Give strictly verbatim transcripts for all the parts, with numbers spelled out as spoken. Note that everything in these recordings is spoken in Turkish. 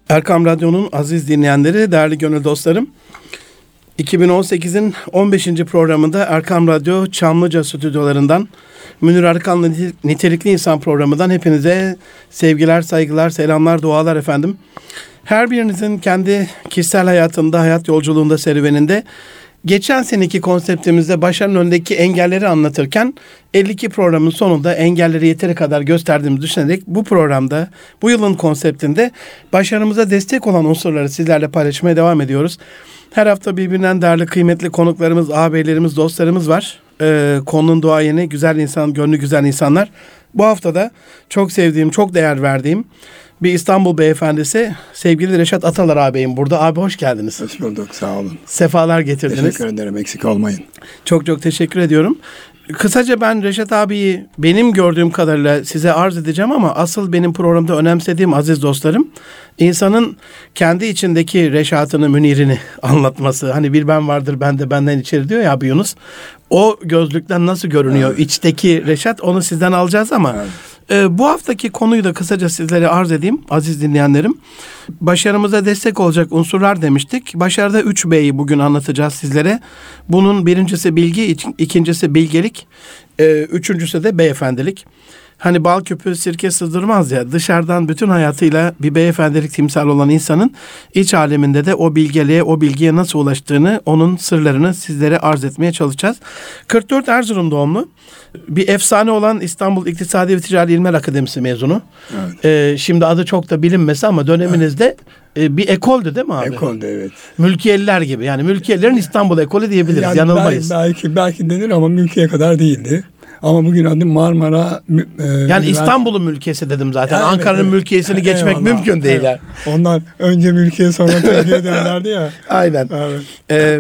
Erkam Radyo'nun aziz dinleyenleri, değerli gönül dostlarım. iki bin on sekizin on beşinci programında Erkam Radyo Çamlıca stüdyolarından Münir Arıkan'la Nitelikli İnsan programından hepinize sevgiler, saygılar, selamlar, dualar efendim. Her birinizin kendi kişisel hayatında, hayat yolculuğunda, serüveninde geçen seneki konseptimizde başarının önündeki engelleri anlatırken elli iki programın sonunda engelleri yeteri kadar gösterdiğimizi düşünerek bu programda, bu yılın konseptinde başarımıza destek olan unsurları sizlerle paylaşmaya devam ediyoruz. Her hafta birbirinden değerli, kıymetli konuklarımız, ağabeylerimiz, dostlarımız var. Ee, konunun duayeni, güzel insan, gönlü güzel insanlar. Bu hafta da çok sevdiğim, çok değer verdiğim bir İstanbul beyefendisi sevgili Reşat Atalar ağabeyim burada. Abi hoş geldiniz. Hoş bulduk, sağ olun. Sefalar getirdiniz. Teşekkür ederim, eksik olmayın. Çok çok teşekkür ediyorum. Kısaca ben Reşat abiyi benim gördüğüm kadarıyla size arz edeceğim ama asıl benim programda önemsediğim aziz dostlarım, insanın kendi içindeki Reşat'ını, Münir'ini anlatması. Hani bir ben vardır, ben de benden içeri diyor ya abi Yunus. O gözlükten nasıl görünüyor evet. İçteki Reşat, onu sizden alacağız ama evet. e, bu haftaki konuyu da kısaca sizlere arz edeyim aziz dinleyenlerim. Başarımıza destek olacak unsurlar demiştik. Başarıda üç B'yi bugün anlatacağız sizlere. Bunun birincisi bilgi, ikincisi bilgelik, e, üçüncüsü de beyefendilik. Hani bal küpü sirke sızdırmaz ya, dışarıdan bütün hayatıyla bir beyefendilik timsal olan insanın iç aleminde de o bilgeliğe, o bilgiye nasıl ulaştığını, onun sırlarını sizlere arz etmeye çalışacağız. kırk dört Erzurum doğumlu, bir efsane olan İstanbul İktisadi ve Ticari İlmiler Akademisi mezunu. Evet. Ee, şimdi adı çok da bilinmesi ama döneminizde evet. e, bir ekoldü değil mi abi? Ekoldü, evet. Mülkiyeliler gibi, yani mülkiyelilerin İstanbul ekolü diyebiliriz, yani yanılmayız. Belki, belki denir ama mülkiye kadar değildi. Ama bugün adı Marmara... E, yani İstanbul'un mülkiyesi dedim zaten. Evet, Ankara'nın evet. mülkiyesini geçmek Eyvallah. mümkün değil. Evet. Yani. Onlar önce mülkiye sonra Türkiye derlerdi ya. Aynen. Evet. Ee,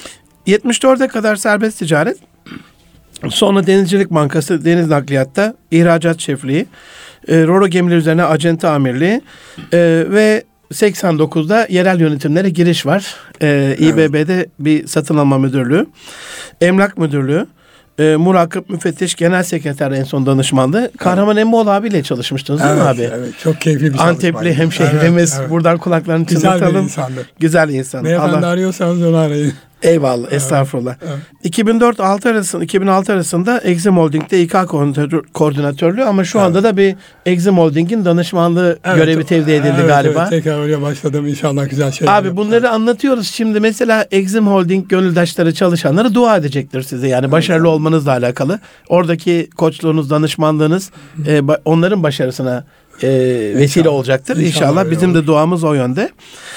yetmiş dörde kadar serbest ticaret. Sonra Denizcilik Bankası, Deniz Nakliyat'ta ihracat şefliği. E, Roro gemileri üzerine acente amirliği. E, ve seksen dokuzda yerel yönetimlere giriş var. E, İBB'de evet. bir satın alma müdürlüğü. Emlak müdürlüğü. E, Murakip Müfettiş Genel Sekreter en son danışmandı. Evet. Kahraman Emmoğlu abiyle çalışmıştınız değil evet, mi abi? Evet, çok keyifli bir çalışma. Antepli hemşehrimiz. Evet, evet. Buradan kulaklarını çınlatalım. Güzel bir insandı. Güzel insan. Beyefendi Allah... arıyorsanız onu arayın. Eyvallah, evet, estağfurullah. Evet. iki bin dört altı arasında, iki bin altı arasında Exim Holding'de İK koordinatörlüğü ama şu anda evet. da bir Exim Holding'in danışmanlığı evet, görevi tevdi edildi evet, galiba. Evet, tekrar oraya başladım, inşallah güzel şeyler. Abi bunları yapacağım. Anlatıyoruz şimdi. Mesela Exim Holding gönüldaşları, çalışanları dua edecektir size. Yani evet, başarılı evet. olmanızla alakalı. Oradaki koçluğunuz, danışmanlığınız e, onların başarısına e, vesile inşallah. olacaktır. İnşallah, İnşallah bizim olur. de duamız o yönde.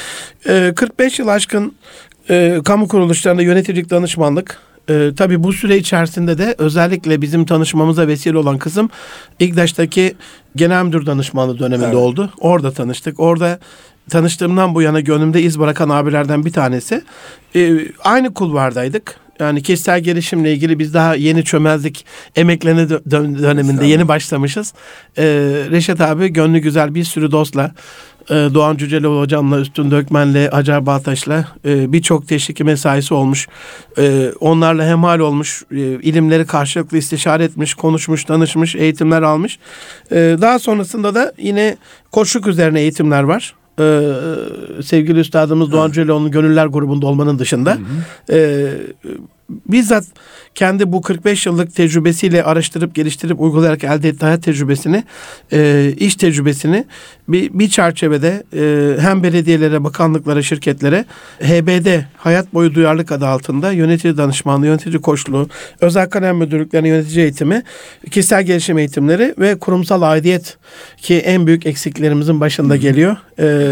E, kırk beş yıl aşkın E, kamu kuruluşlarında yöneticilik, danışmanlık. E, tabii bu süre içerisinde de özellikle bizim tanışmamıza vesile olan kısım İGDAŞ'taki genel müdür danışmanlığı döneminde evet. oldu. Orada tanıştık. Orada tanıştığımdan bu yana gönlümde iz bırakan abilerden bir tanesi. E, aynı kulvardaydık. Yani kişisel gelişimle ilgili biz daha yeni çömezlik, emeklerine dö- döneminde yeni başlamışız. E, Reşat abi gönlü güzel bir sürü dostla, Doğan Cüceloğlu hocamla, Üstün Dökmen'le, Acar Bağtaş'la e, birçok teşviki mesaisi olmuş. E, onlarla hemhal olmuş, e, ilimleri karşılıklı istişare etmiş, konuşmuş, danışmış, eğitimler almış. E, daha sonrasında da yine koçluk üzerine eğitimler var. Ee, sevgili üstadımız Doğan Cüceloğlu'nun Gönüller grubunda olmanın dışında. Hı hı. E, bizzat kendi bu kırk beş yıllık tecrübesiyle araştırıp geliştirip uygulayarak elde ettiği hayat tecrübesini, e, iş tecrübesini bir, bir çerçevede e, hem belediyelere, bakanlıklara, şirketlere H B D Hayat Boyu Duyarlılık adı altında yönetici danışmanlığı, yönetici koçluğu, özel kalem müdürlüklerine yönetici eğitimi, kişisel gelişim eğitimleri ve kurumsal aidiyet ki en büyük eksiklerimizin başında geliyor. E,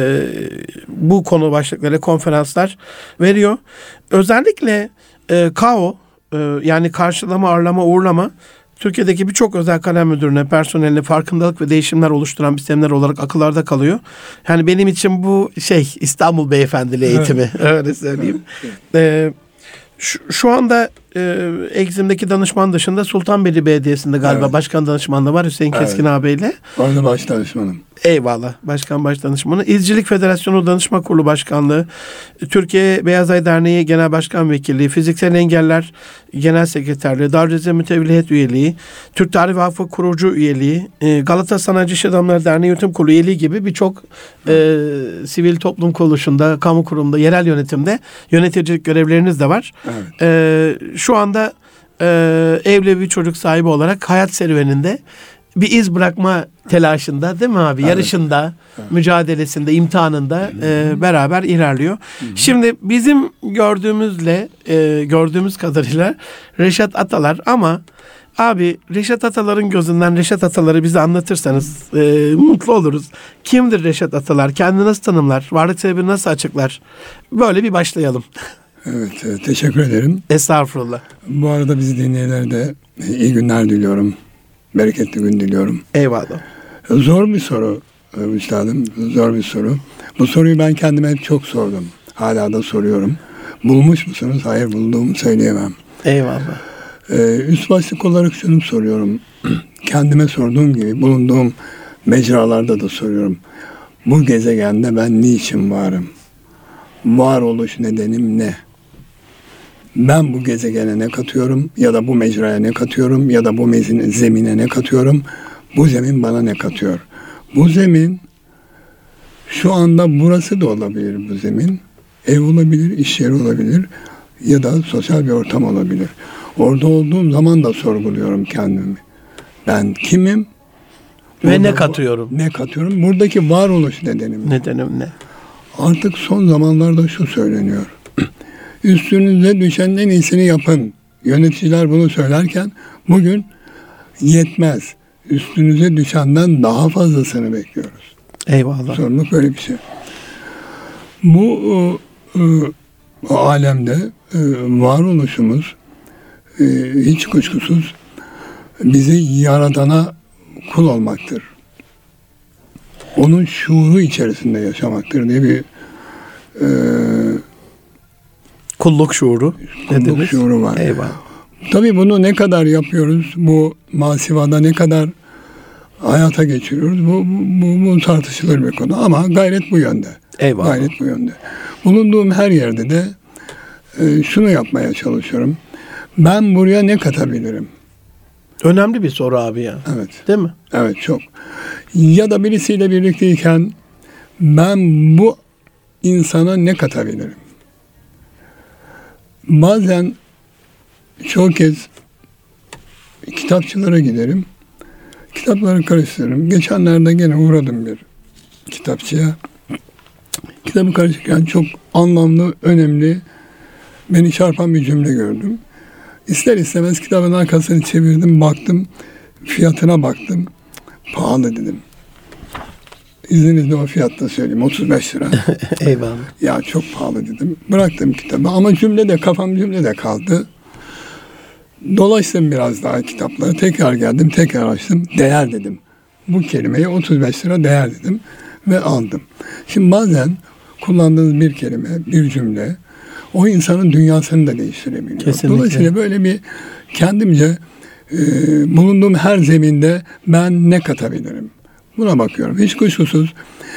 bu konu başlıkları konferanslar veriyor. Özellikle e, K A O e, yani karşılama, ağırlama, uğurlama Türkiye'deki birçok özel kalem müdürüne, personeline farkındalık ve değişimler oluşturan bir seminer olarak akıllarda kalıyor. Yani benim için bu şey İstanbul Beyefendiliği eğitimi öyle söyleyeyim. E, şu, şu anda e, Exim'deki danışman dışında Sultanbeyli Belediyesi'nde galiba evet. başkan danışmanlığı var Hüseyin Keskin evet. ağabeyle. Orada baş danışmanım. Eyvallah. Başkan Başdanışmanı. İzcilik Federasyonu Danışma Kurulu Başkanlığı, Türkiye Beyaz Ay Derneği Genel Başkan Vekilliği, Fiziksel Engeller Genel Sekreterliği, Darülceze Mütevelliyet Üyeliği, Türk Tarih Vakfı Kurucu Üyeliği, Galata Sanayici İş Adamları Derneği Yönetim Kurulu üyeliği gibi birçok e, sivil toplum kuruluşunda, kamu kurumunda, yerel yönetimde yöneticilik görevleriniz de var. Evet. E, şu anda e, evli bir çocuk sahibi olarak hayat serüveninde bir iz bırakma telaşında, değil mi abi? Evet. Yarışında, evet. mücadelesinde, imtihanında e, beraber ilerliyor. Hı hı. Şimdi bizim gördüğümüzle, e, gördüğümüz kadarıyla Reşat Atalar, ama abi Reşat Atalar'ın gözünden Reşat Atalar'ı bize anlatırsanız e, mutlu oluruz. Kimdir Reşat Atalar? Kendini nasıl tanımlar? Varlık sebebini nasıl açıklar? Böyle bir başlayalım. Evet, e, teşekkür ederim. Estağfurullah. Bu arada bizi dinleyenlere de iyi günler diliyorum. Bereketli gün diliyorum. Eyvallah. Zor bir soru üstadım. Zor bir soru. Bu soruyu ben kendime hep çok sordum. Hala da soruyorum. Bulmuş musunuz? Hayır, bulduğumu söyleyemem. Eyvallah. Ee, üst başlık olarak şunu soruyorum. Kendime sorduğum gibi bulunduğum mecralarda da soruyorum. Bu gezegende ben niçin varım? Varoluş nedenim ne? Ben bu gezegene ne katıyorum ya da bu mecraya ne katıyorum ya da bu mezine, zemine ne katıyorum? Bu zemin bana ne katıyor? Bu zemin şu anda burası da olabilir bu zemin. Ev olabilir, iş yeri olabilir ya da sosyal bir ortam olabilir. Orada olduğum zaman da sorguluyorum kendimi. Ben kimim? Ve Orada ne katıyorum? Ne katıyorum? Buradaki varoluş nedenim. Nedenim ne? Artık son zamanlarda şu söyleniyor. Üstünüze düşenin en iyisini yapın. Yöneticiler bunu söylerken bugün yetmez. Üstünüze düşenden daha fazlasını bekliyoruz. Eyvallah. Sorumluluk böyle bir şey. Bu e, e, alemde e, varoluşumuz e, hiç kuşkusuz bizi Yaradan'a kul olmaktır. Onun şuuru içerisinde yaşamaktır diye bir e, kulluk şuuru. Kulluk şuuru var. Eyvallah. Tabii bunu ne kadar yapıyoruz? Bu masivada ne kadar hayata geçiriyoruz? Bu, bu, bu tartışılır bir konu. Ama gayret bu yönde. Eyvallah. Gayret bu yönde. Bulunduğum her yerde de e, şunu yapmaya çalışıyorum. Ben buraya ne katabilirim? Önemli bir soru abi ya. Evet. Değil mi? Evet, çok. Ya da birisiyle birlikteyken ben bu insana ne katabilirim? Bazen çoğu kez kitapçılara giderim. Kitapları karıştırırım. Geçenlerde gene uğradım bir kitapçıya. Kitabı karıştırırken çok anlamlı, önemli, beni çarpan bir cümle gördüm. İster istemez kitabın arkasını çevirdim, baktım, fiyatına baktım. Pahalı dedim. İzninizle o fiyatta söyleyeyim. otuz beş lira. Eyvallah. Ya çok pahalı dedim. Bıraktım kitabı ama cümle de kafam cümle de kaldı. Dolaştım biraz daha kitapları. Tekrar geldim, tekrar açtım. Değer dedim. Bu kelimeye otuz beş lira değer dedim ve aldım. Şimdi bazen kullandığınız bir kelime, bir cümle o insanın dünyasını da değiştirebiliyor. Kesinlikle. Dolayısıyla böyle bir kendimce e, bulunduğum her zeminde ben ne katabilirim? Buna bakıyorum. Hiç kuşkusuz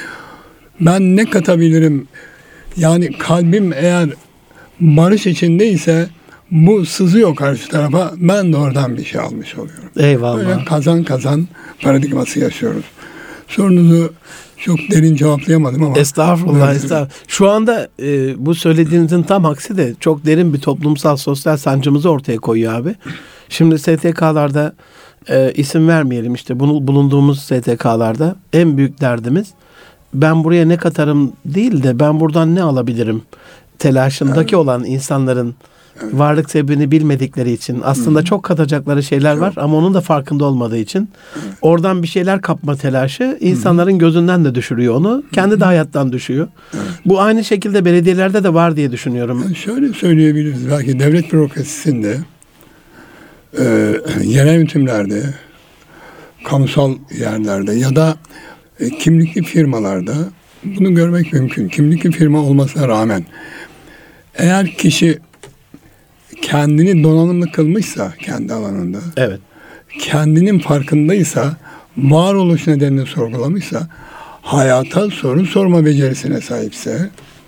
ben ne katabilirim? Yani kalbim eğer barış içindeyse bu sızıyor karşı tarafa. Ben de oradan bir şey almış oluyorum. Eyvallah. Böyle kazan kazan paradigması yaşıyoruz. Sorunuzu çok derin cevaplayamadım ama. Estağfurullah, estağfurullah. Şu anda e, bu söylediğinizin tam aksi de çok derin bir toplumsal, sosyal sancımızı ortaya koyuyor abi. Şimdi S T K'larda e, isim vermeyelim, işte bunu bulunduğumuz S T K'larda en büyük derdimiz ben buraya ne katarım değil de ben buradan ne alabilirim telaşındaki evet. olan insanların evet. varlık sebebini bilmedikleri için aslında Hı-hı. çok katacakları şeyler çok. var ama onun da farkında olmadığı için evet. oradan bir şeyler kapma telaşı insanların Hı-hı. gözünden de düşürüyor onu. Kendi Hı-hı. de hayattan düşüyor. Evet. Bu aynı şekilde belediyelerde de var diye düşünüyorum. Yani şöyle söyleyebiliriz. Belki devlet bürokrasisinde e, yerel yönetimlerde, kamusal yerlerde ya da e, kimlikli firmalarda bunu görmek mümkün. Kimlikli firma olmasına rağmen eğer kişi kendini donanımlı kılmışsa kendi alanında, evet. kendinin farkındaysa, varoluş nedenini sorgulamışsa hayata soru sorma becerisine sahipse,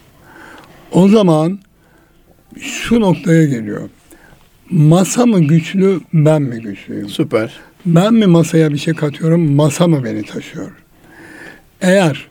o zaman şu noktaya geliyor. Masa mı güçlü, ben mi güçlüyüm? Süper. Ben mi masaya bir şey katıyorum, masa mı beni taşıyor? Eğer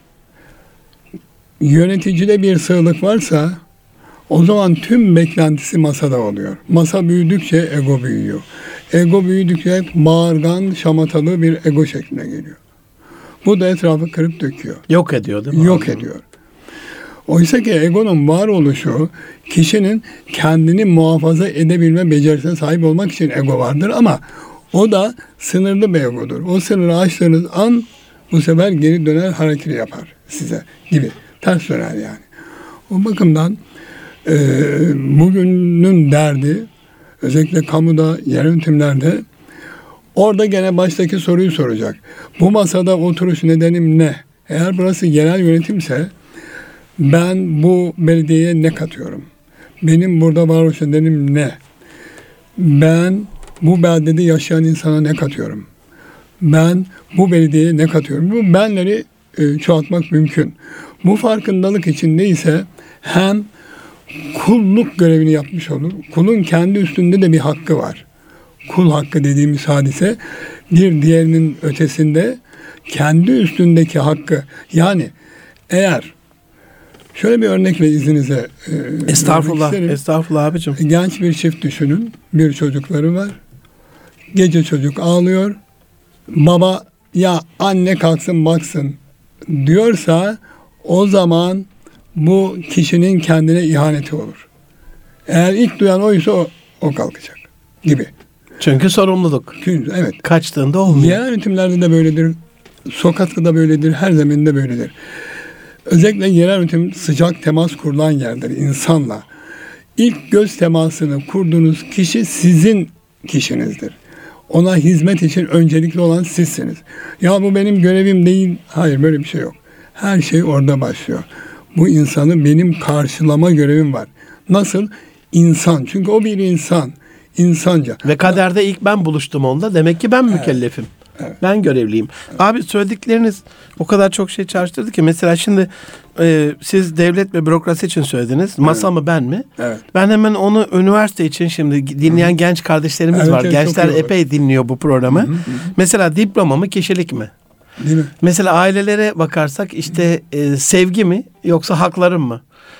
yöneticide bir sığlık varsa, o zaman tüm beklentisi masada oluyor. Masa büyüdükçe ego büyüyor. Ego büyüdükçe bağırgan, şamatalı bir ego şekline geliyor. Bu da etrafı kırıp döküyor. Yok ediyor değil mi? Yok ediyor. Oysa ki egonun varoluşu, kişinin kendini muhafaza edebilme becerisine sahip olmak için ego vardır ama o da sınırlı bir egodur. O sınırı aştığınız an bu sefer geri döner, hareket yapar size gibi. Ters döner yani. O bakımdan e, bugünün derdi, özellikle kamuda, yerel yönetimlerde, orada gene baştaki soruyu soracak. Bu masada oturuş nedenim ne? Eğer burası yerel yönetimse ben bu belediyeye ne katıyorum? Benim burada varoluş nedenim ne? Ben bu beldede yaşayan insana ne katıyorum? Ben bu belediyeye ne katıyorum? Bu benleri e, çoğaltmak mümkün. Bu farkındalık içinde ise hem kulluk görevini yapmış olur. Kulun kendi üstünde de bir hakkı var. Kul hakkı dediğimiz hadise bir diğerinin ötesinde kendi üstündeki hakkı. Yani eğer şöyle bir örnekle izninize e, Estağfurullah, estağfurullah abicim. Genç bir çift düşünün. Bir çocukları var. Gece çocuk ağlıyor. Baba ya anne kalksın baksın diyorsa o zaman bu kişinin kendine ihaneti olur. Eğer ilk duyan oysa o, o kalkacak gibi. Çünkü sorumluluk. Çünkü, evet. Kaçtığında olmuyor. Yerel yönetimlerde de böyledir. Sokakta da böyledir. Her zeminde böyledir. Özellikle yerel yönetim sıcak temas kurulan yerdir insanla. İlk göz temasını kurduğunuz kişi sizin kişinizdir. Ona hizmet için öncelikli olan sizsiniz. Ya bu benim görevim değil. Hayır, böyle bir şey yok. Her şey orada başlıyor. Bu insanı benim karşılama görevim var. Nasıl? İnsan. Çünkü o bir insan. İnsanca. Ve kaderde ilk ben buluştum onunla. Demek ki ben mükellefim. Evet. Evet. Ben görevliyim. Evet. Abi söyledikleriniz o kadar çok şey çağrıştırdı ki. Mesela şimdi e, siz devlet ve bürokrasi için söylediniz. Masa Evet. mı ben mi? Evet. Ben hemen onu üniversite için şimdi dinleyen Hı. genç kardeşlerimiz Evet, var. evet, Gençler çok iyi epey dinliyor bu programı. Hı hı hı. Mesela diploma mı kişilik mi? Değil mi? Mesela ailelere bakarsak işte e, sevgi mi yoksa haklarım mı?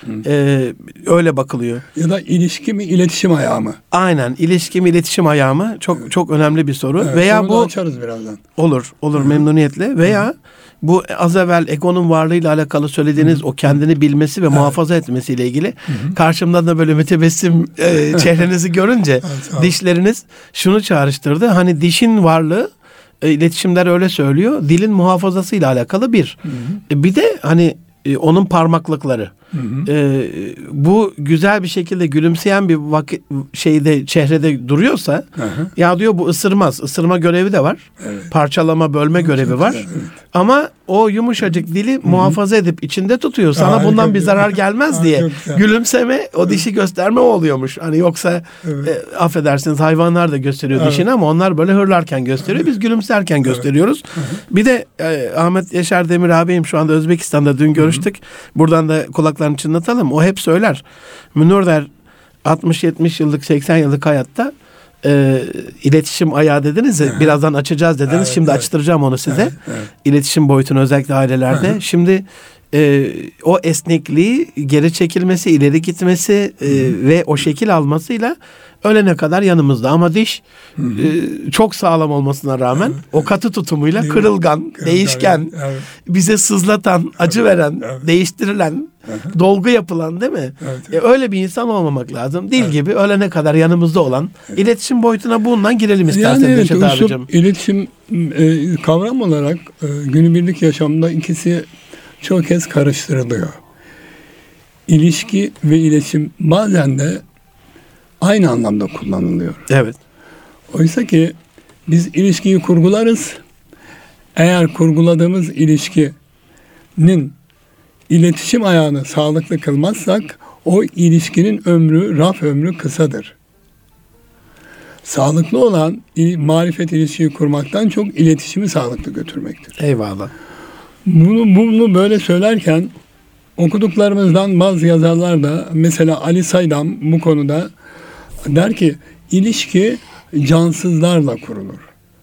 Ee, öyle bakılıyor. Ya da ilişki mi, iletişim ayağı mı? Aynen, ilişki mi, iletişim ayağı mı? Çok evet. çok önemli bir soru. Evet, veya bu açarız birazdan. Olur, olur Hı-hı. memnuniyetle. Veya Hı-hı. bu az evvel egonun varlığıyla alakalı söylediğiniz Hı-hı. o kendini bilmesi ve evet. muhafaza etmesiyle ilgili. Hı-hı. Karşımdan da böyle mütebessim e, çehrenizi görünce evet, dişleriniz şunu çağrıştırdı. Hani dişin varlığı, e, iletişimler öyle söylüyor. Dilin muhafazasıyla alakalı bir. E, bir de hani e, onun parmaklıkları. Hı hı. Ee, bu güzel bir şekilde gülümseyen bir vakit şeyde çehrede duruyorsa hı hı. ya diyor bu ısırmaz. Isırma görevi de var. Evet. Parçalama, bölme Çok görevi var. Güzel, evet. Ama o yumuşacık dili Hı-hı. muhafaza edip içinde tutuyor. Sana Aa, bundan bir zarar gelmez Aa, diye. Gülümseme, o dişi evet. gösterme o oluyormuş. Hani yoksa evet. e, affedersiniz hayvanlar da gösteriyor evet. dişini ama onlar böyle hırlarken gösteriyor. Biz gülümserken evet. gösteriyoruz. Hı-hı. Bir de e, Ahmet Yaşar Demir abim şu anda Özbekistan'da dün görüştük. Hı-hı. Buradan da kulaklarını çınlatalım. O hep söyler. Münir der altmış yetmiş yıllık seksen yıllık hayatta e, iletişim ayağı dediniz ya, birazdan açacağız dediniz. Evet, Şimdi evet. açtıracağım onu size. Evet, evet. İletişim boyutunu özellikle ailelerde. Şimdi e, o esnekliği, geri çekilmesi, ileri gitmesi e, ve o şekil almasıyla ölene kadar yanımızda. Ama diş e, çok sağlam olmasına rağmen evet, o katı tutumuyla Değil kırılgan, kırılgan, değişken, evet. bize sızlatan, acı veren, evet. değiştirilen, evet. dolgu yapılan değil mi? Evet. E, öyle bir insan olmamak lazım. Dil evet. gibi ölene kadar yanımızda olan evet. iletişim boyutuna bundan girelim isterseniz. Yani evet, Neşet abicim. İletişim e, kavram olarak e, günübirlik yaşamda ikisi çok kez karıştırılıyor. İlişki ve iletişim bazen de aynı anlamda kullanılıyor. Evet. Oysa ki biz ilişkiyi kurgularız. Eğer kurguladığımız ilişkinin iletişim ayağını sağlıklı kılmazsak o ilişkinin ömrü, raf ömrü kısadır. Sağlıklı olan marifet ilişkiyi kurmaktan çok iletişimi sağlıklı götürmektir. Eyvallah. Bunu, bunu böyle söylerken okuduklarımızdan bazı yazarlar da, mesela Ali Saydam bu konuda der ki ilişki cansızlarla kurulur.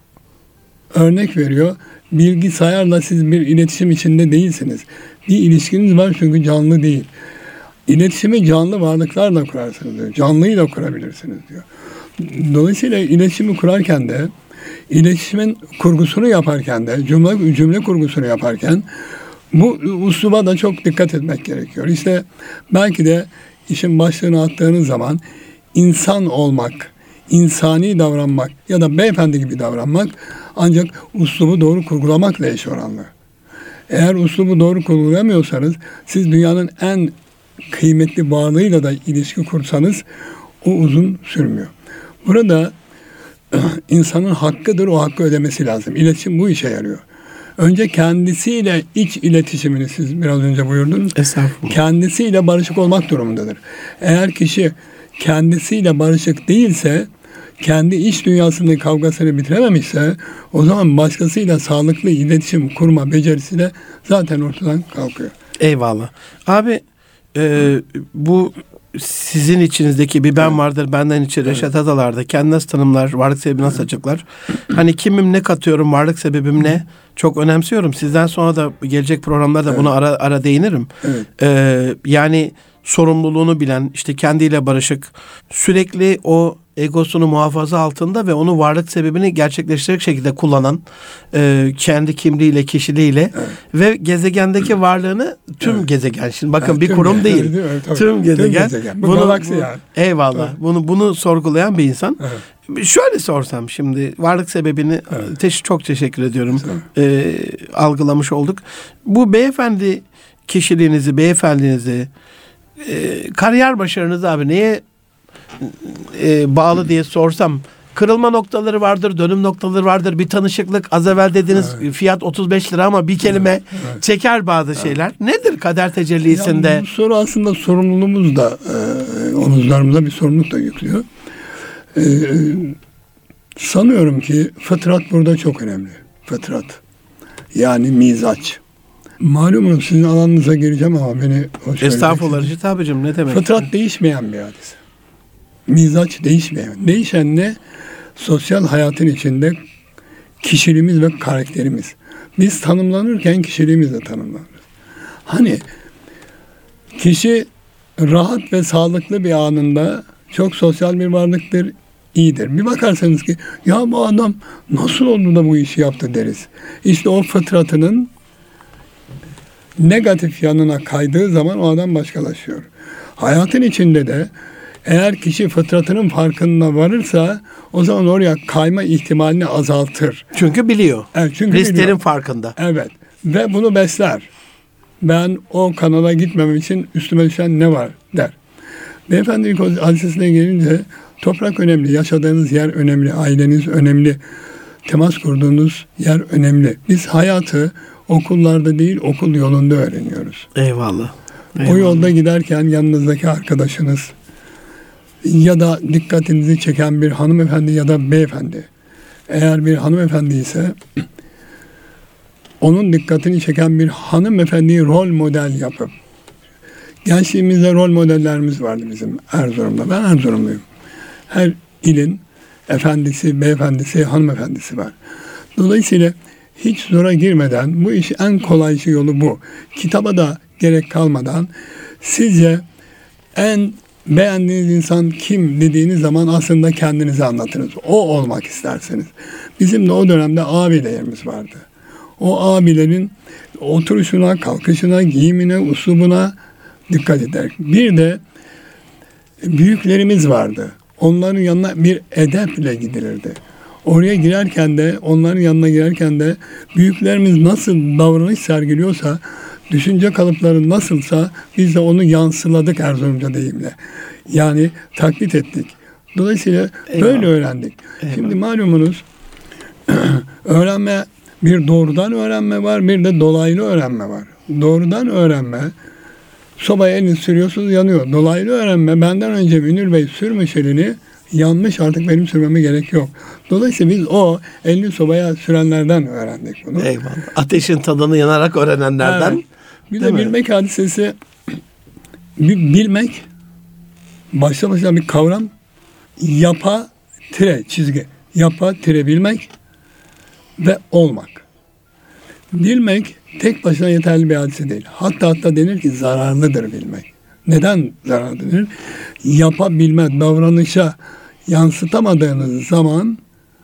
Örnek veriyor. Bilgisayarla siz bir iletişim içinde değilsiniz. Bir ilişkiniz var çünkü canlı değil. İletişimi canlı varlıklarla kurarsınız diyor. Canlıyı da kurabilirsiniz diyor. Dolayısıyla iletişimi kurarken de, iletişimin kurgusunu yaparken de, cümle, cümle kurgusunu yaparken bu usluba da çok dikkat etmek gerekiyor. İşte belki de işin başlığını attığınız zaman insan olmak, insani davranmak ya da beyefendi gibi davranmak ancak uslubu doğru kurgulamakla eş oranlı. Eğer uslubu doğru kurgulamıyorsanız siz dünyanın en kıymetli varlığıyla da ilişki kursanız o uzun sürmüyor. Burada insanın hakkıdır, o hakkı ödemesi lazım. İletişim bu işe yarıyor. Önce kendisiyle iç iletişimini siz biraz önce buyurdunuz. Estağfurullah. Kendisiyle barışık olmak durumundadır. Eğer kişi kendisiyle barışık değilse, kendi iç dünyasının kavgasını bitirememişse, o zaman başkasıyla sağlıklı iletişim kurma becerisi de zaten ortadan kalkıyor. Eyvallah. Abi e, bu sizin içinizdeki bir ben Evet. vardır benden içi Reşat Evet. Adalar'da kendi nasıl tanımlar, varlık sebebi nasıl açıklar? Hani kimim, ne katıyorum, varlık sebebim ne? Çok önemsiyorum. Sizden sonra da gelecek programlarda Evet. buna ara ara değinirim. Evet. Ee, yani sorumluluğunu bilen, işte kendiyle barışık, sürekli o egosunu muhafaza altında ve onu varlık sebebini gerçekleştirecek şekilde kullanan, e, kendi kimliğiyle, kişiliğiyle Evet. ve gezegendeki varlığını tüm Evet. gezegen. Şimdi bakın Evet, bir tüm kurum gezegen, değil. değil mi? Evet, tabii. Tüm gezegen. Bu galaksi yani. Eyvallah. Evet. Bunu bunu sorgulayan bir insan. Evet. Şöyle sorsam şimdi varlık sebebini Evet. teş- çok teşekkür ediyorum. Evet. Ee, algılamış olduk. Bu beyefendi kişiliğinizi, beyefendinizi, e, kariyer başarınızı abi neye e, bağlı diye sorsam, kırılma noktaları vardır, dönüm noktaları vardır. Bir tanışıklık, az evvel dediniz Evet. fiyat otuz beş lira ama bir kelime Evet. çeker bazı şeyler. Nedir kader tecellisinde? Ya bu soru aslında sorumluluğumuz da e, omuzlarımıza bir sorumluluk da yüklüyor. E, sanıyorum ki fıtrat burada çok önemli. Fıtrat. Yani mizaç. Malumunuz sizin alanınıza gireceğim ama beni o söyleyeceksiniz. Estağfurullah Reşit abicim, ne demek? Fıtrat değişmeyen bir hadise. Mizaç değişmeyen. Değişen ne? Sosyal hayatın içinde kişiliğimiz ve karakterimiz. Biz tanımlanırken kişiliğimizle tanımlanırız. Hani kişi rahat ve sağlıklı bir anında çok sosyal bir varlıktır, iyidir. Bir bakarsanız ki ya bu adam nasıl oldu da bu işi yaptı deriz. İşte o fıtratının negatif yanına kaydığı zaman o adam başkalaşıyor. Hayatın içinde de eğer kişi fıtratının farkına varırsa o zaman oraya kayma ihtimalini azaltır. Çünkü biliyor. Evet, çünkü Risklerin biliyor. farkında. Evet. Ve bunu besler. Ben o kanala gitmemem için üstüme düşen ne var der. Beyefendilik hadisesine gelince toprak önemli, yaşadığınız yer önemli, aileniz önemli, temas kurduğunuz yer önemli. Biz hayatı okullarda değil, okul yolunda öğreniyoruz. Eyvallah. O Eyvallah. yolda giderken yanınızdaki arkadaşınız ya da dikkatinizi çeken bir hanımefendi ya da beyefendi. Eğer bir hanımefendi ise onun dikkatini çeken bir hanımefendiyi rol model yapıp, gençliğimizde rol modellerimiz vardı bizim Erzurum'da. Ben Erzurumluyum. Her ilin efendisi, beyefendisi, hanımefendisi var. Dolayısıyla hiç zora girmeden, bu iş en kolay yolu bu. Kitaba da gerek kalmadan sizce en beğendiğiniz insan kim dediğiniz zaman aslında kendinizi anlatırız. O olmak isterseniz. Bizim de o dönemde abilerimiz vardı. O abilerin oturuşuna, kalkışına, giyimine, uslubuna dikkat eder. Bir de büyüklerimiz vardı. Onların yanına bir edeple gidilirdi. Oraya girerken de, onların yanına girerken de büyüklerimiz nasıl davranış sergiliyorsa, düşünce kalıpları nasılsa biz de onu yansıladık Erzurumca deyimle. Yani taklit ettik. Dolayısıyla Eyvallah. böyle öğrendik. Eyvallah. Şimdi malumunuz öğrenme, bir doğrudan öğrenme var, bir de dolaylı öğrenme var. Doğrudan öğrenme, sobaya elini sürüyorsunuz yanıyor. Dolaylı öğrenme, benden önce Münir Bey sürmüş elini yanmış, artık benim sürmeme gerek yok. Dolayısıyla biz o elini sobaya sürenlerden öğrendik bunu. Eyvallah. Ateşin tadını yanarak öğrenenlerden. Evet. Bir de bilmek hadisesi, bilmek başta başına bir kavram. Yapa tire çizgi. Yapa tire bilmek ve olmak. Bilmek tek başına yeterli bir hadise değil. Hatta hatta denir ki zararlıdır bilmek. Neden zararlı denir? Yapabilme, davranışa yansıtamadığınız zaman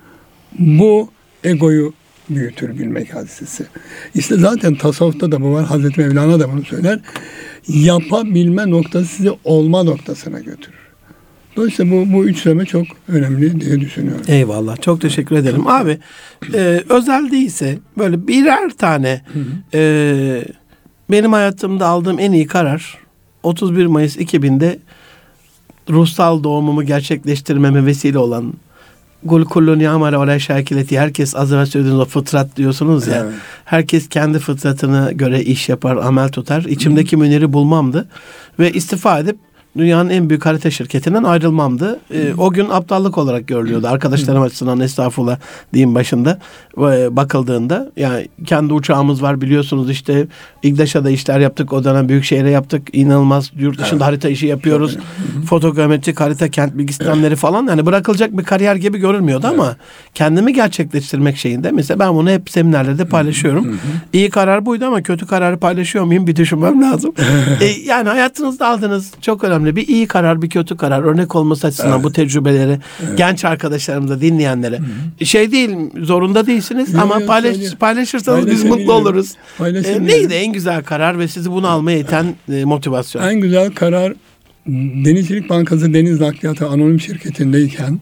bu egoyu büyütür bilmek hadisesi. İşte zaten tasavvufta da bu var. Hazreti Mevlana da bunu söyler. Yapabilme noktası sizi olma noktasına götürür. Dolayısıyla bu, bu üçleme çok önemli diye düşünüyorum. Eyvallah. Çok teşekkür ederim. Abi e, özel değilse böyle birer tane hı hı. E, benim hayatımda aldığım en iyi karar otuz bir Mayıs iki binde ruhsal doğumumu gerçekleştirmeme vesile olan Kul kullun ya'mel ala şakileti, herkes az evvel söylediğiniz o fıtrat diyorsunuz ya. Evet. Herkes kendi fıtratına göre iş yapar, amel tutar. İçimdeki hı. müniri bulmamdı ve istifa edip dünyanın en büyük harita şirketinden ayrılmamdı. Ee, o gün aptallık olarak görülüyordu. Arkadaşlarım açısından estağfurullah diyeyim başında. Ee, bakıldığında yani kendi uçağımız var biliyorsunuz, işte İGDAŞ'a işler yaptık. O dönem Büyükşehir'e yaptık. İnanılmaz yurt dışında evet. harita işi yapıyoruz. Fotogrametrik harita, kent bilgi sistemleri falan. Yani bırakılacak bir kariyer gibi görülmüyordu evet. ama kendimi gerçekleştirmek şeyinde mesela ben bunu hep seminerlerde paylaşıyorum. İyi karar buydu ama kötü kararı paylaşıyor muyum? Bir düşünmem lazım. ee, yani hayatınızda aldığınız çok önemli bir iyi karar, bir kötü karar, örnek olması açısından evet. bu tecrübeleri evet. genç arkadaşlarımıza, dinleyenlere. Hı-hı. Şey değil, zorunda değilsiniz yok, ama yok, paylaş, paylaşırsanız biz mutlu oluruz. E, neydi en güzel karar ve sizi bunu almaya iten e, motivasyon? En güzel karar, Denizcilik Bankası Deniz Nakliyatı Anonim Şirketi'ndeyken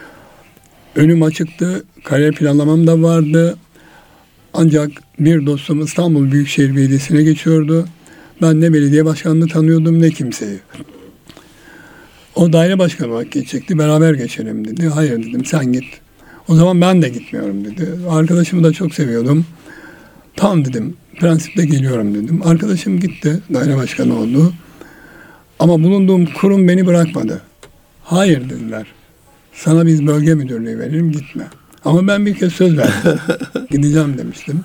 önüm açıktı, kariyer planlamam da vardı. Ancak bir dostum İstanbul Büyükşehir Belediyesi'ne geçiyordu. Ben ne belediye başkanını tanıyordum ne kimseyi. O daire başkanı olarak geçecekti. Beraber geçelim dedi. Hayır dedim, sen git. O zaman ben de gitmiyorum dedi. Arkadaşımı da çok seviyordum. Tamam dedim. Prensipte geliyorum dedim. Arkadaşım gitti. Daire başkanı oldu. Ama bulunduğum kurum beni bırakmadı. Hayır dediler. Sana biz bölge müdürlüğü verelim, gitme. Ama ben bir kez söz verdim. Gideceğim demiştim.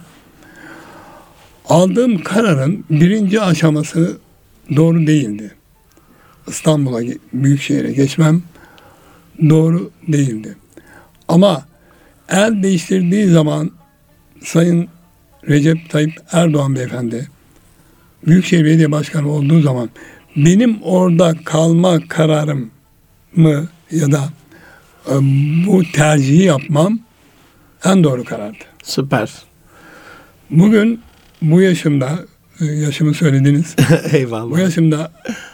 Aldığım kararın birinci aşaması doğru değildi. İstanbul'a, Büyükşehir'e geçmem doğru değildi. Ama el değiştirdiği zaman Sayın Recep Tayyip Erdoğan Beyefendi Büyükşehir Belediye Başkanı olduğu zaman benim orada kalma kararımı ya da e, bu tercihi yapmam en doğru karardı. Süper. Bugün bu yaşımda, yaşımı söylediniz. Eyvallah. Bu yaşımda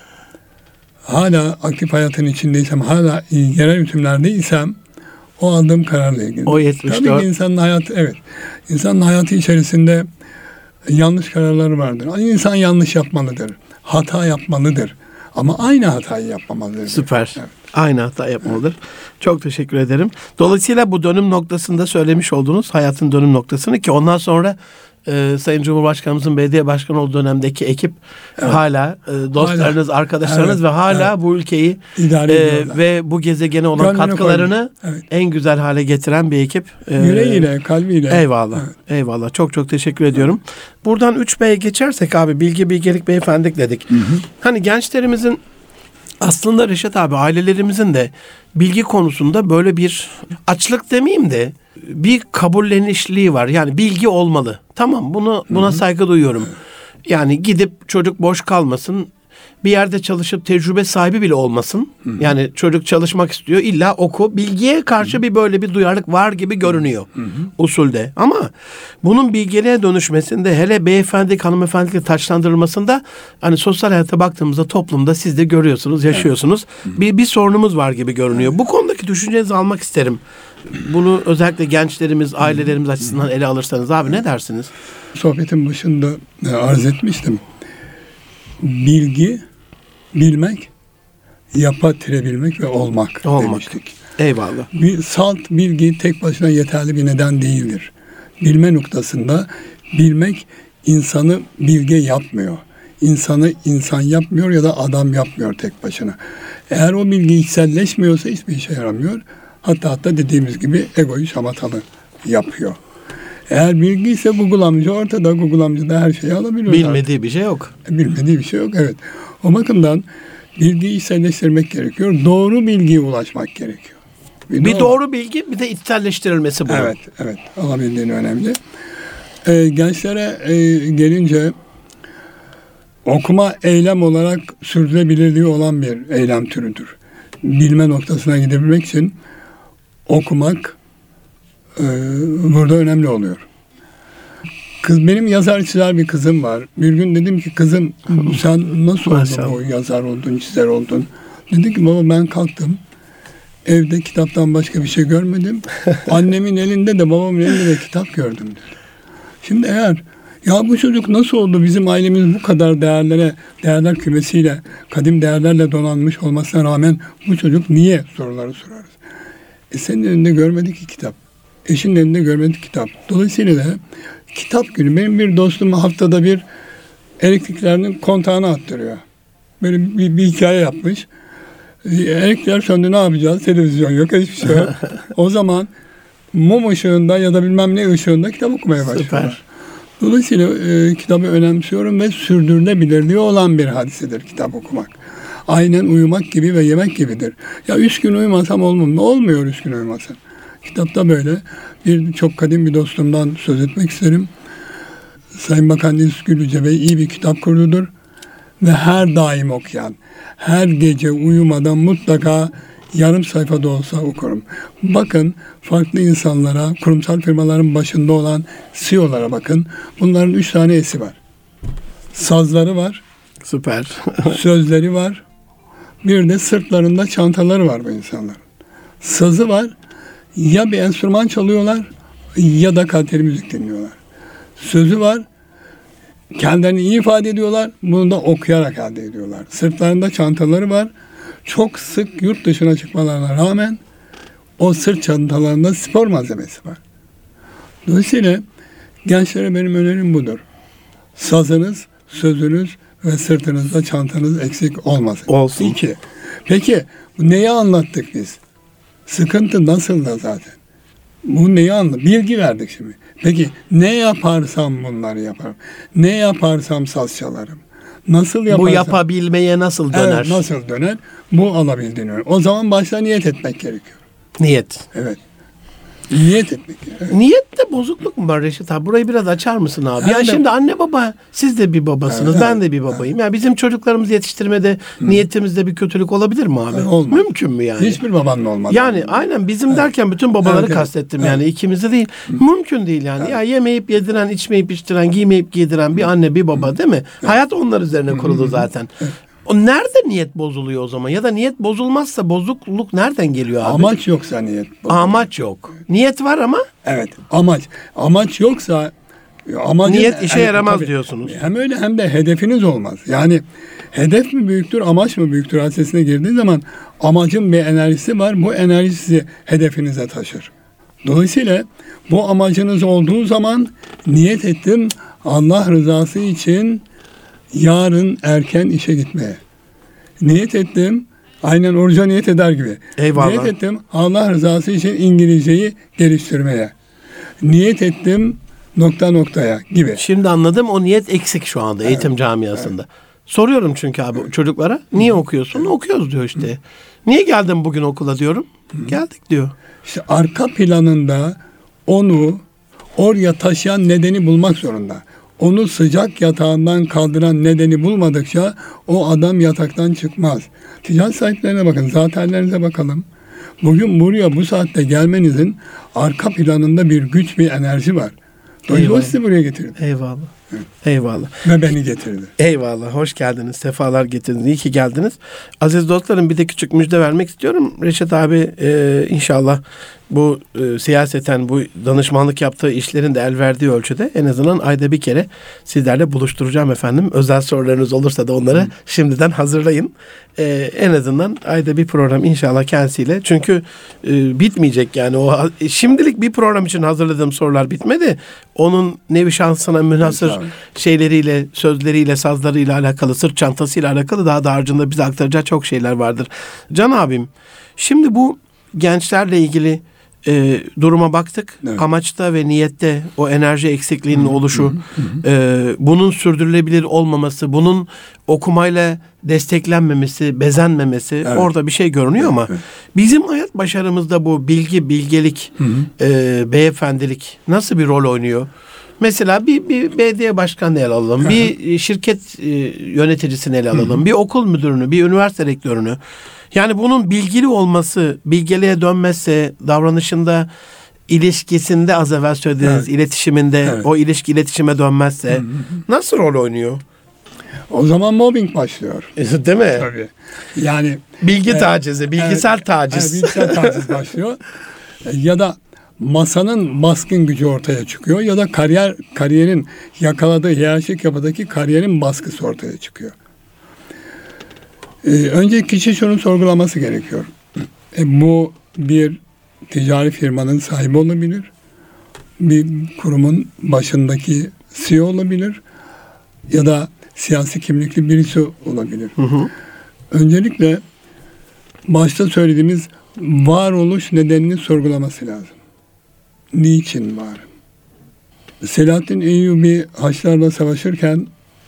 hala aktif hayatın içindeysem, hala yerel hükümlerdeysem o aldığım kararla ilgili. O yetmiş dört. Tabii ki insanın hayatı, evet. İnsanın hayatı içerisinde yanlış kararları vardır. İnsan yanlış yapmalıdır. Hata yapmalıdır. Ama aynı hatayı yapmamalıdır. Süper. Evet. Aynı hata yapmalıdır. Çok teşekkür ederim. Dolayısıyla bu dönüm noktasında söylemiş olduğunuz hayatın dönüm noktasını ki ondan sonra e, Sayın Cumhurbaşkanımızın belediye başkanı olduğu dönemdeki ekip evet. hala e, dostlarınız, hala, arkadaşlarınız evet, ve hala evet. bu ülkeyi e, ve bu gezegene olan Gönlünü katkılarını evet. en güzel hale getiren bir ekip. E, Yüreğiyle, kalbiyle. Eyvallah. Evet. Eyvallah. Çok çok teşekkür ediyorum. Evet. Buradan üç B'ye geçersek abi, bilgi, bilgelik, beyefendilik dedik. Hı hı. Hani gençlerimizin aslında Reşat abi, ailelerimizin de bilgi konusunda böyle bir açlık demeyeyim de bir kabullenişliği var. Yani bilgi olmalı. Tamam, bunu buna Hı-hı. saygı duyuyorum. Yani gidip çocuk boş kalmasın. Bir yerde çalışıp tecrübe sahibi bile olmasın. Hı-hı. Yani çocuk çalışmak istiyor, illa oku. Bilgiye karşı Hı-hı. bir böyle bir duyarlılık var gibi görünüyor Hı-hı. usulde. Ama bunun bilgeliğe dönüşmesinde, hele beyefendilik, hanımefendilikle taçlandırılmasında, hani sosyal hayata baktığımızda toplumda siz de görüyorsunuz, yaşıyorsunuz. Evet. Bir, bir sorunumuz var gibi görünüyor. Bu konudaki düşüncenizi almak isterim. Bunu özellikle gençlerimiz, ailelerimiz açısından ele alırsanız abi, ne dersiniz? Sohbetin başında arz etmiştim. Bilgi, bilmek, yapa tirebilmek ve olmak, olmak demiştik. Eyvallah. Bir salt bilgi tek başına yeterli bir neden değildir. Bilme noktasında bilmek insanı bilge yapmıyor. İnsanı insan yapmıyor ya da adam yapmıyor tek başına. Eğer o bilgi içselleşmiyorsa hiçbir işe yaramıyor. Hatta hatta dediğimiz gibi egoyu şamatalı yapıyor. Eğer bilgi ise Google amca ortada. Google amca da her şeyi alabiliyor. Bilmediği artık. bir şey yok. Bilmediği bir şey yok, evet. O bakımdan bilgiyi içselleştirmek gerekiyor. Doğru bilgiye ulaşmak gerekiyor. Bir, bir doğru. doğru bilgi, bir de içselleştirilmesi bu. Evet, evet. Alabildiğin önemli. Ee, gençlere e, gelince okuma eylem olarak sürdürülebilirliği olan bir eylem türüdür. Bilme noktasına gidebilmek için okumak e, burada önemli oluyor. Kız, benim yazar çizer bir kızım var. Bir gün dedim ki kızım sen nasıl oldun bu yazar oldun, çizer oldun? Dedi ki baba ben kalktım. Evde kitaptan başka bir şey görmedim. Annemin elinde de babamın elinde de kitap gördüm dedi. Şimdi eğer ya bu çocuk nasıl oldu, bizim ailemiz bu kadar değerlere, değerler kümesiyle, kadim değerlerle donanmış olmasına rağmen bu çocuk niye soruları sorarız. E senin elinde görmedik ki kitap. Eşinin elinde görmedik kitap. Dolayısıyla da kitap günü, benim bir dostum haftada bir elektriklerinin kontağını attırıyor. Böyle bir, bir hikaye yapmış. Elektrikler söndü, ne yapacağız? Televizyon yok, hiçbir şey yok. O zaman mum ışığında ya da bilmem ne ışığında kitap okumaya başlıyorlar. Süper. Dolayısıyla e, kitabı önemsiyorum ve sürdürülebilirliği olan bir hadisedir kitap okumak. Aynen uyumak gibi ve yemek gibidir. Ya üç gün uyumasam olmuyor mu? Olmuyor üç gün uyumasam. Kitapta böyle. Bir çok kadim bir dostumdan söz etmek isterim. Sayın Bakan İlk Gülüce Bey iyi bir kitap kurdudur. Ve her daim okuyan, her gece uyumadan mutlaka yarım sayfada olsa okurum. Bakın farklı insanlara, kurumsal firmaların başında olan C E O'lara bakın. Bunların üç tane E'si var. Sazları var. Süper. Sözleri var. Bir de sırtlarında çantaları var bu insanların. Sazı var. Ya bir enstrüman çalıyorlar ya da kaliteli müzik dinliyorlar. Sözü var. Kendilerini iyi ifade ediyorlar. Bunu da okuyarak elde ediyorlar. Sırtlarında çantaları var. Çok sık yurt dışına çıkmalarına rağmen o sırt çantalarında spor malzemesi var. Dolayısıyla gençlere benim önerim budur. Sazınız, sözünüz ve sırtınızda çantanız eksik olmasın. Olsun. İki. Peki neyi anlattık biz? Sıkıntı nasıl da zaten? Bu neyi anlattık? Bilgi verdik şimdi. Peki ne yaparsam bunları yaparım? Ne yaparsam saz çalarım? Nasıl yaparsam? Bu yapabilmeye nasıl döner? Evet, nasıl döner? Bu alabildiğini öğren. O zaman başta niyet etmek gerekiyor. Niyet. Evet. Niyet etmek gerekiyor. Evet. Niyette bozukluk mu var Reşit abi? Burayı biraz açar mısın abi? Hem ya de, şimdi anne baba, siz de bir babasınız, evet, ben de bir babayım. Evet. Ya bizim çocuklarımızı yetiştirmede Hı. niyetimizde bir kötülük olabilir mi abi? Olmaz. Mümkün mü yani? Hiçbir babanın olmaz. Yani yani. Aynen bizim evet. derken bütün babaları evet, kastettim evet. yani ikimizi değil. Hı. Mümkün değil yani. Evet. Ya yemeyip yediren, içmeyip içtiren, giymeyip giydiren bir anne bir baba değil mi? Evet. Hayat onlar üzerine kurulu zaten. Evet. O nerede niyet bozuluyor o zaman? Ya da niyet bozulmazsa bozukluk nereden geliyor abi? Amaç yoksa niyet bozuluyor. Amaç yok. Niyet var ama? Evet. Amaç. Amaç yoksa amacın, niyet işe yani, yaramaz tabii, diyorsunuz. Hem öyle hem de hedefiniz olmaz. Yani hedef mi büyüktür, amaç mı büyüktür hadisesine girdiği zaman amacın bir enerjisi var. Bu enerji sizi hedefinize taşır. Dolayısıyla bu amacınız olduğu zaman niyet ettim Allah rızası için yarın erken işe gitmeye. Niyet ettim, aynen oruca niyet eder gibi. Eyvallah. Niyet ettim Allah rızası için İngilizceyi geliştirmeye. Niyet ettim nokta noktaya gibi. Şimdi anladım, o niyet eksik şu anda evet, eğitim camiasında. Evet. Soruyorum çünkü abi evet. çocuklara, niye okuyorsun? Evet. Okuyoruz diyor işte. Hı. Niye geldin bugün okula diyorum. Hı. Geldik diyor. İşte arka planında onu oraya taşıyan nedeni bulmak zorunda. Onu sıcak yatağından kaldıran nedeni bulmadıkça o adam yataktan çıkmaz. Ticaret sahiplerine bakın, zatenlerinize bakalım. Bugün buraya bu saatte gelmenizin arka planında bir güç, bir enerji var. Dolayısıyla sizi buraya getirdi. Eyvallah. Evet. Eyvallah. Ve beni getirdi. Eyvallah. Hoş geldiniz. Sefalar getirdiniz. İyi ki geldiniz. Aziz dostlarım, bir de küçük müjde vermek istiyorum. Reşit abi e, inşallah bu e, siyaseten bu danışmanlık yaptığı işlerin de el verdiği ölçüde en azından ayda bir kere sizlerle buluşturacağım efendim. Özel sorularınız olursa da onları Hı. şimdiden hazırlayın. E, en azından ayda bir program inşallah kendisiyle. Çünkü e, bitmeyecek yani. O şimdilik bir program için hazırladığım sorular bitmedi. Onun nevi şansına münhasır Tabii. şeyleriyle, sözleriyle, sazlarıyla alakalı, sırt çantasıyla alakalı daha da harcında bize aktaracağı çok şeyler vardır. Can abim, şimdi bu gençlerle ilgili e, duruma baktık. Evet. Amaçta ve niyette o enerji eksikliğinin Hı, oluşu, hı, hı. e, bunun sürdürülebilir olmaması, bunun okumayla desteklenmemesi, bezenmemesi, Evet. orada bir şey görünüyor ama Evet. bizim hayat başarımızda bu bilgi, bilgelik, Hı hı. e, beyefendilik nasıl bir rol oynuyor? Mesela bir, bir belediye başkanını ele alalım, bir şirket e, yöneticisini ele alalım, bir okul müdürünü, bir üniversite rektörünü. Yani bunun bilgili olması, bilgeliğe dönmezse, davranışında, ilişkisinde, az evvel söylediğiniz Evet. iletişiminde, Evet. o ilişki iletişime dönmezse nasıl rol oynuyor? O zaman mobbing başlıyor. Değil mi? Tabii. Yani Bilgi Evet. tacizi, bilgisel Evet, taciz. evet, bilgisel taciz başlıyor. Ya da masanın baskın gücü ortaya çıkıyor ya da kariyer kariyerin yakaladığı hiyerarşik yapıdaki kariyerin baskısı ortaya çıkıyor. Ee, önce kişi şunu sorgulaması gerekiyor. E, bu bir ticari firmanın sahibi olabilir. Bir kurumun başındaki C E O olabilir. Ya da siyasi kimlikli birisi olabilir. Hı hı. Öncelikle başta söylediğimiz varoluş nedenini sorgulaması lazım. Niçin var? Selahaddin Eyyubi Haçlarla savaşırken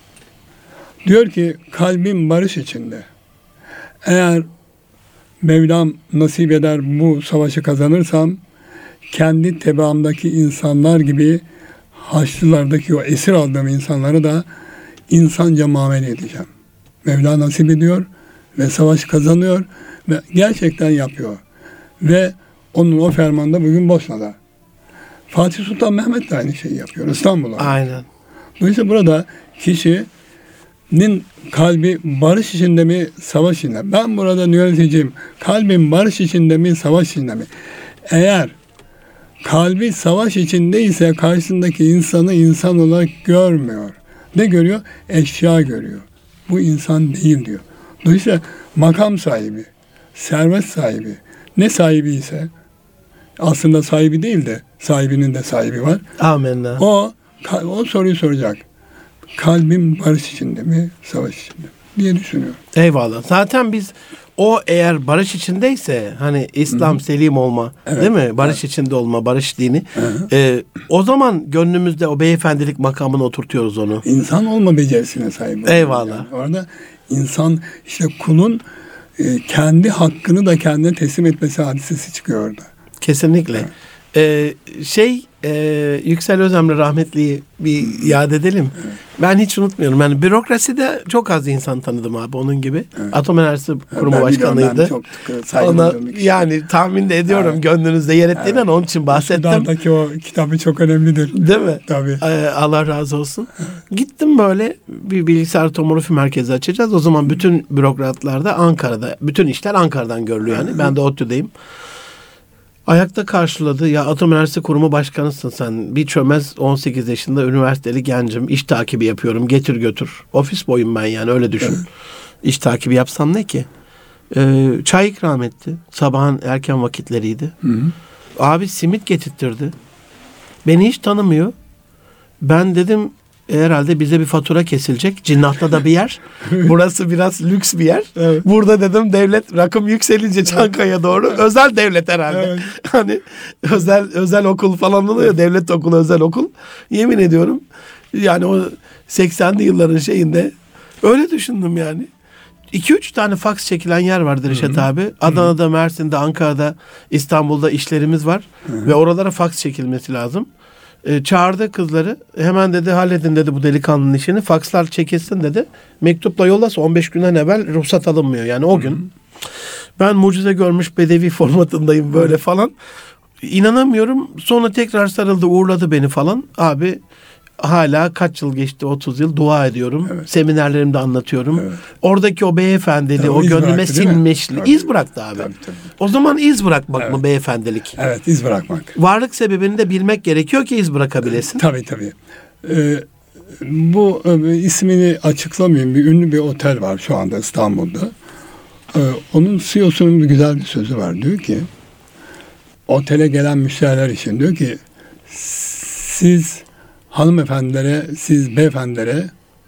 diyor ki kalbim barış içinde. Eğer Mevlam nasip eder bu savaşı kazanırsam kendi tebaamdaki insanlar gibi Haçlılardaki o esir aldığım insanları da insanca muamele edeceğim. Mevla nasip ediyor ve savaş kazanıyor ve gerçekten yapıyor. Ve onun o fermanı da bugün Bosna'da. Fatih Sultan Mehmet de aynı şeyi yapıyor İstanbul'da. Aynen. Dolayısıyla burada kişinin kalbi barış içinde mi, savaş içinde mi? Ben burada yöneticiyim. Kalbim barış içinde mi, savaş içinde mi? Eğer kalbi savaş içindeyse karşısındaki insanı insan olarak görmüyor. Ne görüyor? Eşya görüyor. Bu insan değil diyor. Dolayısıyla makam sahibi, servet sahibi, ne sahibi ise aslında sahibi değil de sahibinin de sahibi var. Amenna. O o soruyu soracak. Kalbim barış içinde mi, savaş içinde mi diye düşünüyor. Eyvallah. Zaten biz o eğer barış içindeyse hani İslam selim olma, Evet. değil mi? Barış içinde olma, barış dini. E, o zaman gönlümüzde o beyefendilik makamına oturtuyoruz onu. İnsan olma becerisine sahip oluyor. Eyvallah. Yani orada insan işte kulun e, kendi hakkını da kendine teslim etmesi hadisesi çıkıyor orada. Kesinlikle. Ee, şey e, Yüksel Özemli rahmetliyi bir yad edelim. Ben hiç unutmuyorum. Yani bürokraside çok az insan tanıdım abi onun gibi. Evet. Atom Enerjisi Kurumu Ben biliyorum, ben Başkanıydı. çok saygı Ona, duyduğum bir kişi. yani tahmin de ediyorum Evet. gönlünüzde yer ettiğinden Evet. onun için bahsettim. Üsküdar'daki o kitabı çok önemlidir. Değil mi? Tabii. Ee, Allah razı olsun. Gittim böyle bir bilgisayar tomografi merkezi açacağız. O zaman bütün bürokratlar da Ankara'da. Bütün işler Ankara'dan görülüyor yani. Ben de ODTÜ'deyim. Ayakta karşıladı. Ya Atom Enerjisi Kurumu Başkanısın sen. Bir çömez on sekiz yaşında üniversiteli gencim. İş takibi yapıyorum. Getir götür. Ofis boyum ben yani öyle düşün. Evet. İş takibi yapsam ne ki? Ee, çay ikram etti. Sabahın erken vakitleriydi. Hı hı. Abi simit getirttirdi. Beni hiç tanımıyor. Ben dedim herhalde bize bir fatura kesilecek. Cinnah'ta da bir yer. Burası biraz lüks bir yer. Evet. Burada dedim devlet rakım yükselince Çankaya doğru özel devlet herhalde. Evet. Hani özel özel okul falan oluyor. Devlet okulu, özel okul. Yemin ediyorum yani o seksenli yılların şeyinde öyle düşündüm yani. iki üç tane faks çekilen yer vardır Reşat abi. Adana'da, Mersin'de, Ankara'da, İstanbul'da işlerimiz var. Hı-hı. Ve oralara faks çekilmesi lazım. Ee, çağırdı kızları. Hemen dedi halledin dedi bu delikanlının işini. Fakslar çekilsin dedi. Mektupla yollasa on beş günden evvel ruhsat alınmıyor. Yani o gün. Hı-hı. Ben mucize görmüş bedevi formatındayım böyle falan. İnanamıyorum. Sonra tekrar sarıldı, uğurladı beni falan. Abi hala kaç yıl geçti, otuz yıl dua ediyorum. Evet. Seminerlerimde anlatıyorum. Evet. Oradaki o beyefendiliği, Tabii, o iz gönlüme bıraktı, değil mi? sinmişli. Tabii. İz bıraktı abi. Tabii, tabii. O zaman iz bırakmak Evet. mı beyefendilik? Evet, iz bırakmak. Varlık sebebini de bilmek gerekiyor ki iz bırakabilesin. Tabii tabii. Ee, bu e, ismini açıklamayayım. Bir ünlü bir otel var şu anda İstanbul'da. Ee, onun C E O'sunun bir güzel bir sözü var. Diyor ki otele gelen müşteriler için diyor ki siz hanımefendilere, siz beyefendilere,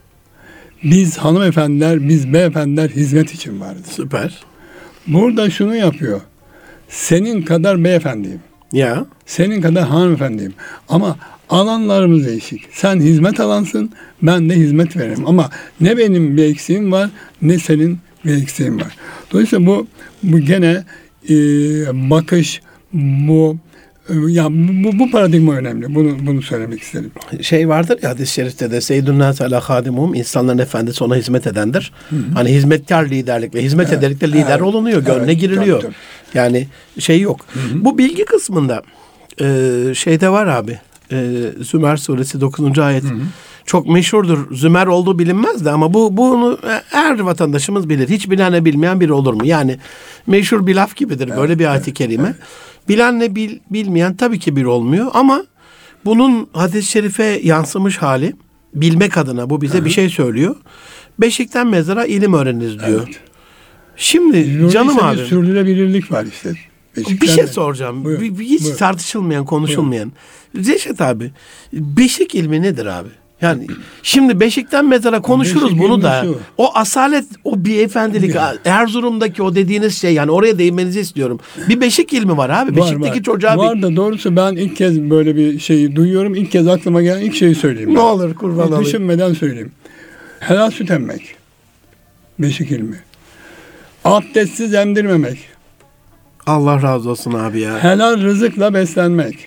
biz hanımefendiler, biz beyefendiler hizmet için varız. Süper. Burada şunu yapıyor. Senin kadar beyefendiyim. Ya. Senin kadar hanımefendiyim. Ama alanlarımız değişik. Sen hizmet alansın, ben de hizmet veririm. Ama ne benim bir eksiğim var, ne senin bir eksiğin var. Dolayısıyla bu bu gene e, bakış, bu ya bu, bu paradigma önemli. Bunu bunu söylemek istedim. Şey vardır ya hadis-i şerifte de Seyyidun nas ala hadimuhum, insanların efendisi ona hizmet edendir. Hı hı. Hani hizmetkar liderlikle, hizmet evet. ederekle lider evet. olunuyor, gönlüne evet. giriliyor. Tabii, tabii. Yani şey yok. Hı hı. Bu bilgi kısmında e, şeyde var abi. E, Zümer suresi dokuzuncu ayet. Hı hı. Çok meşhurdur. Zümer olduğu bilinmez de ama bu bunu her vatandaşımız bilir. Hiç bilenle bilmeyen biri olur mu? Yani meşhur bir laf gibidir. Evet, böyle bir ayet-i evet, kerime. Evet. Bilenle bil, bilmeyen tabii ki bir olmuyor ama bunun hadis-i şerife yansımış hali bilmek adına bu bize Hı-hı. bir şey söylüyor. Beşikten mezara ilim öğreniniz diyor. Evet. Şimdi Nuri canım abi. Sürdürülebilirlik var işte. Beşikten bir şey soracağım. Buyur, bir, hiç buyur. tartışılmayan, konuşulmayan. Buyur. Reşat abi, beşik ilmi nedir abi? Yani şimdi beşikten mezara konuşuruz beşik bunu da. Şu. O asalet, o beyefendilik, Erzurum'daki o dediğiniz şey, yani oraya değinmenizi istiyorum. Bir beşik ilmi var abi. Var, Beşikteki var. çocuğa var bir... da doğrusu ben ilk kez böyle bir şeyi duyuyorum. İlk kez aklıma gelen ilk şeyi söyleyeyim. Ne ben. olur kurban olayım. Düşünmeden söyleyeyim. Helal süt emmek. Beşik ilmi. Abdestsiz emdirmemek. Allah razı olsun abi ya. Helal rızıkla beslenmek.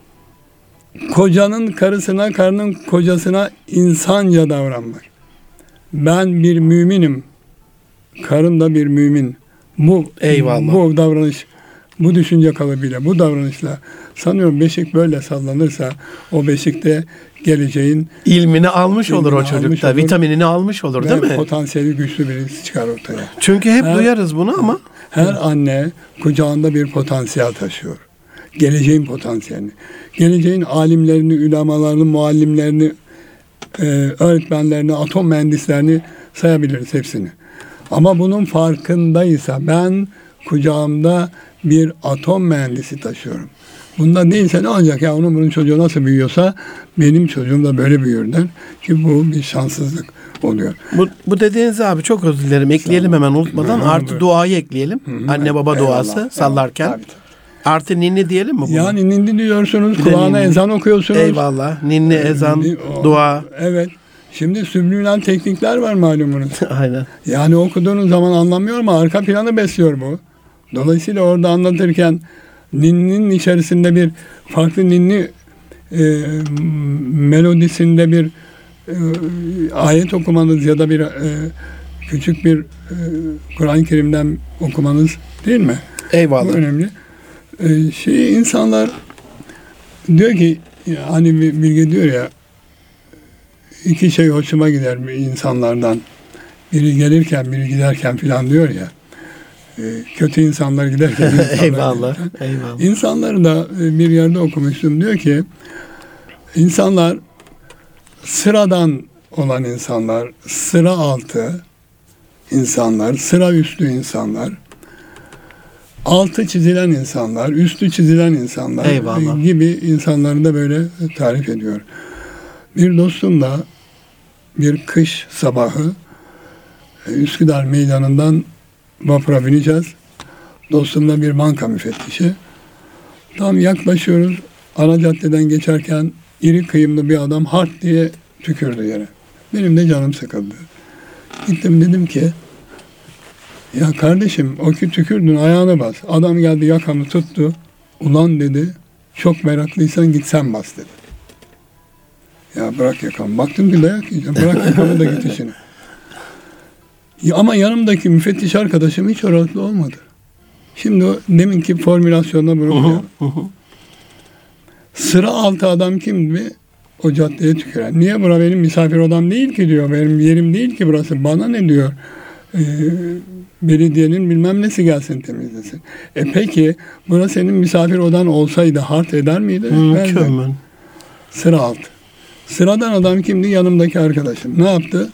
Kocanın karısına, karının kocasına insanca davranmak. Ben bir müminim. Karım da bir mümin. Bu, Eyvallah. bu davranış, bu düşünce kalıbıyla, bu davranışla sanıyorum beşik böyle sallanırsa o beşikte geleceğin ilmini almış ilmini olur o çocukta. Olur, vitaminini almış olur değil mi? Potansiyeli güçlü birisi çıkar ortaya. Çünkü hep her, duyarız bunu ama. Her anne kucağında bir potansiyel taşıyor. Geleceğin potansiyelini. Geleceğin alimlerini, ulemalarını, muallimlerini, e, öğretmenlerini, atom mühendislerini sayabiliriz hepsini. Ama bunun farkındaysa ben kucağımda bir atom mühendisi taşıyorum. Bundan değilse ne olacak ya, onun bunun çocuğu nasıl büyüyorsa benim çocuğum da böyle büyür der ki bu bir şanssızlık oluyor. Bu, bu dediğiniz abi çok özür dilerim. Ekleyelim hemen unutmadan. Hı, artı duayı ekleyelim. Hı, anne baba eyvallah, duası eyvallah, sallarken. Tabii, tabii. Artı ninni diyelim mi bunu? Yani ninni diyorsunuz, kulağına ninni. ezan okuyorsunuz. Eyvallah. Ninni, ezan, ninni, o, dua. Evet. Şimdi süblüminal teknikler var malumunuz. Aynen. Yani okuduğunuz zaman anlamıyor ama arka planı besliyor bu. Dolayısıyla orada anlatırken ninninin içerisinde bir farklı ninni e, melodisinde bir e, ayet okumanız ya da bir e, küçük bir e, Kur'an-ı Kerim'den okumanız değil mi? Eyvallah. Bu önemli. E, şey insanlar diyor ki ya, hani Bilge diyor ya, iki şey hoşuma gider insanlardan. Biri gelirken, biri giderken filan diyor ya. E, kötü insanlar giderken, insanlar eyvallah, giderken. eyvallah. İnsanları da bir yerde okumuştum. Diyor ki insanlar sıradan olan insanlar, sıra altı insanlar, sıra üstü insanlar, altı çizilen insanlar, üstü çizilen insanlar eyvallah. gibi insanları da böyle tarif ediyor. Bir dostumla bir kış sabahı Üsküdar meydanından vapura bineceğiz. Dostumla bir banka müfettişi. Tam yaklaşıyoruz. Ana caddeden geçerken iri kıyımlı bir adam hart diye tükürdü yere. Benim de canım sıkıldı. Gittim dedim ki ya kardeşim o ki tükürdün, ayağına bas. Adam geldi yakamı tuttu. Ulan dedi, çok meraklıysan git sen bas dedi. Ya bırak yakamı. Baktım ki dayak yiyeceğim. Bırak yakamı da git işine. Ya ama yanımdaki müfettiş arkadaşım hiç oralıklı olmadı. Şimdi o deminki formülasyonda bunu koyalım. Sıra altı adam kimdi? O caddeye tüküren. Niye bura benim misafir odam değil ki diyor. Benim yerim değil ki burası. Bana ne diyor? Ee, belediyenin bilmem nesi gelsin temizlesin. E peki burası senin misafir odan olsaydı hart eder miydi? Mükemmel. Sıra altı. Sıradan adam kimdi? Yanımdaki arkadaşım. Ne yaptı?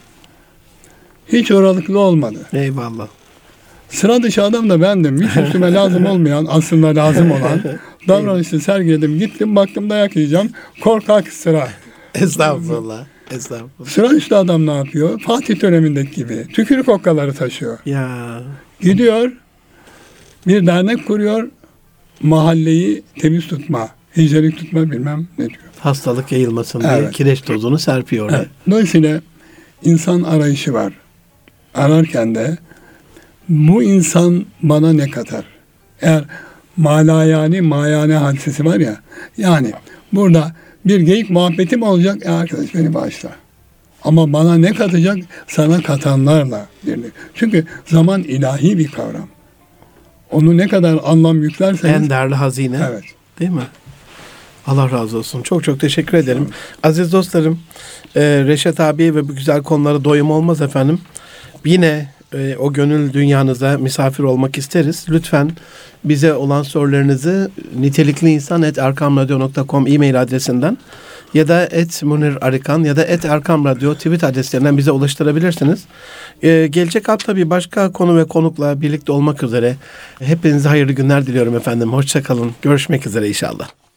Hiç oralıklı olmadı. Eyvallah. Sıra dışı adam da bendim. Hiç üstüme lazım olmayan, aslında lazım olan davranışı sergiledim. Gittim baktım dayak yiyeceğim. Korkak sıra. Estağfurullah. Estağfurullah. Sıra üstü adam ne yapıyor? Fatih dönemindeki gibi tükürük okkaları taşıyor. Ya. Gidiyor, bir dernek kuruyor, mahalleyi temiz tutma, hijyenik tutma bilmem ne diyor. Hastalık yayılmasın diye Evet. kireç tozunu serpiyor oraya. Evet. Dolayısıyla insan arayışı var. Ararken de bu insan bana ne katar? Eğer malayani, mayane hadisesi var ya, yani burada bir geyik muhabbetim olacak, e arkadaş beni bağışla. Ama bana ne katacak? Sana katanlarla birlik. Çünkü zaman ilahi bir kavram. Onu ne kadar anlam yüklerseniz... En değerli hazine. Evet. Değil mi? Allah razı olsun. Çok çok teşekkür ederim. Aziz dostlarım, e, Reşat abi ve bu güzel konulara doyum olmaz efendim. Yine e, o gönül dünyanıza misafir olmak isteriz. Lütfen bize olan sorularınızı nitelikliinsan at erkamradyo nokta com e-mail adresinden ya da et Munir Arıkan ya da et erkamradyo tweet adreslerinden bize ulaştırabilirsiniz. Ee, gelecek hafta bir başka konu ve konukla birlikte olmak üzere. Hepinize hayırlı günler diliyorum efendim. Hoşça kalın. Görüşmek üzere inşallah.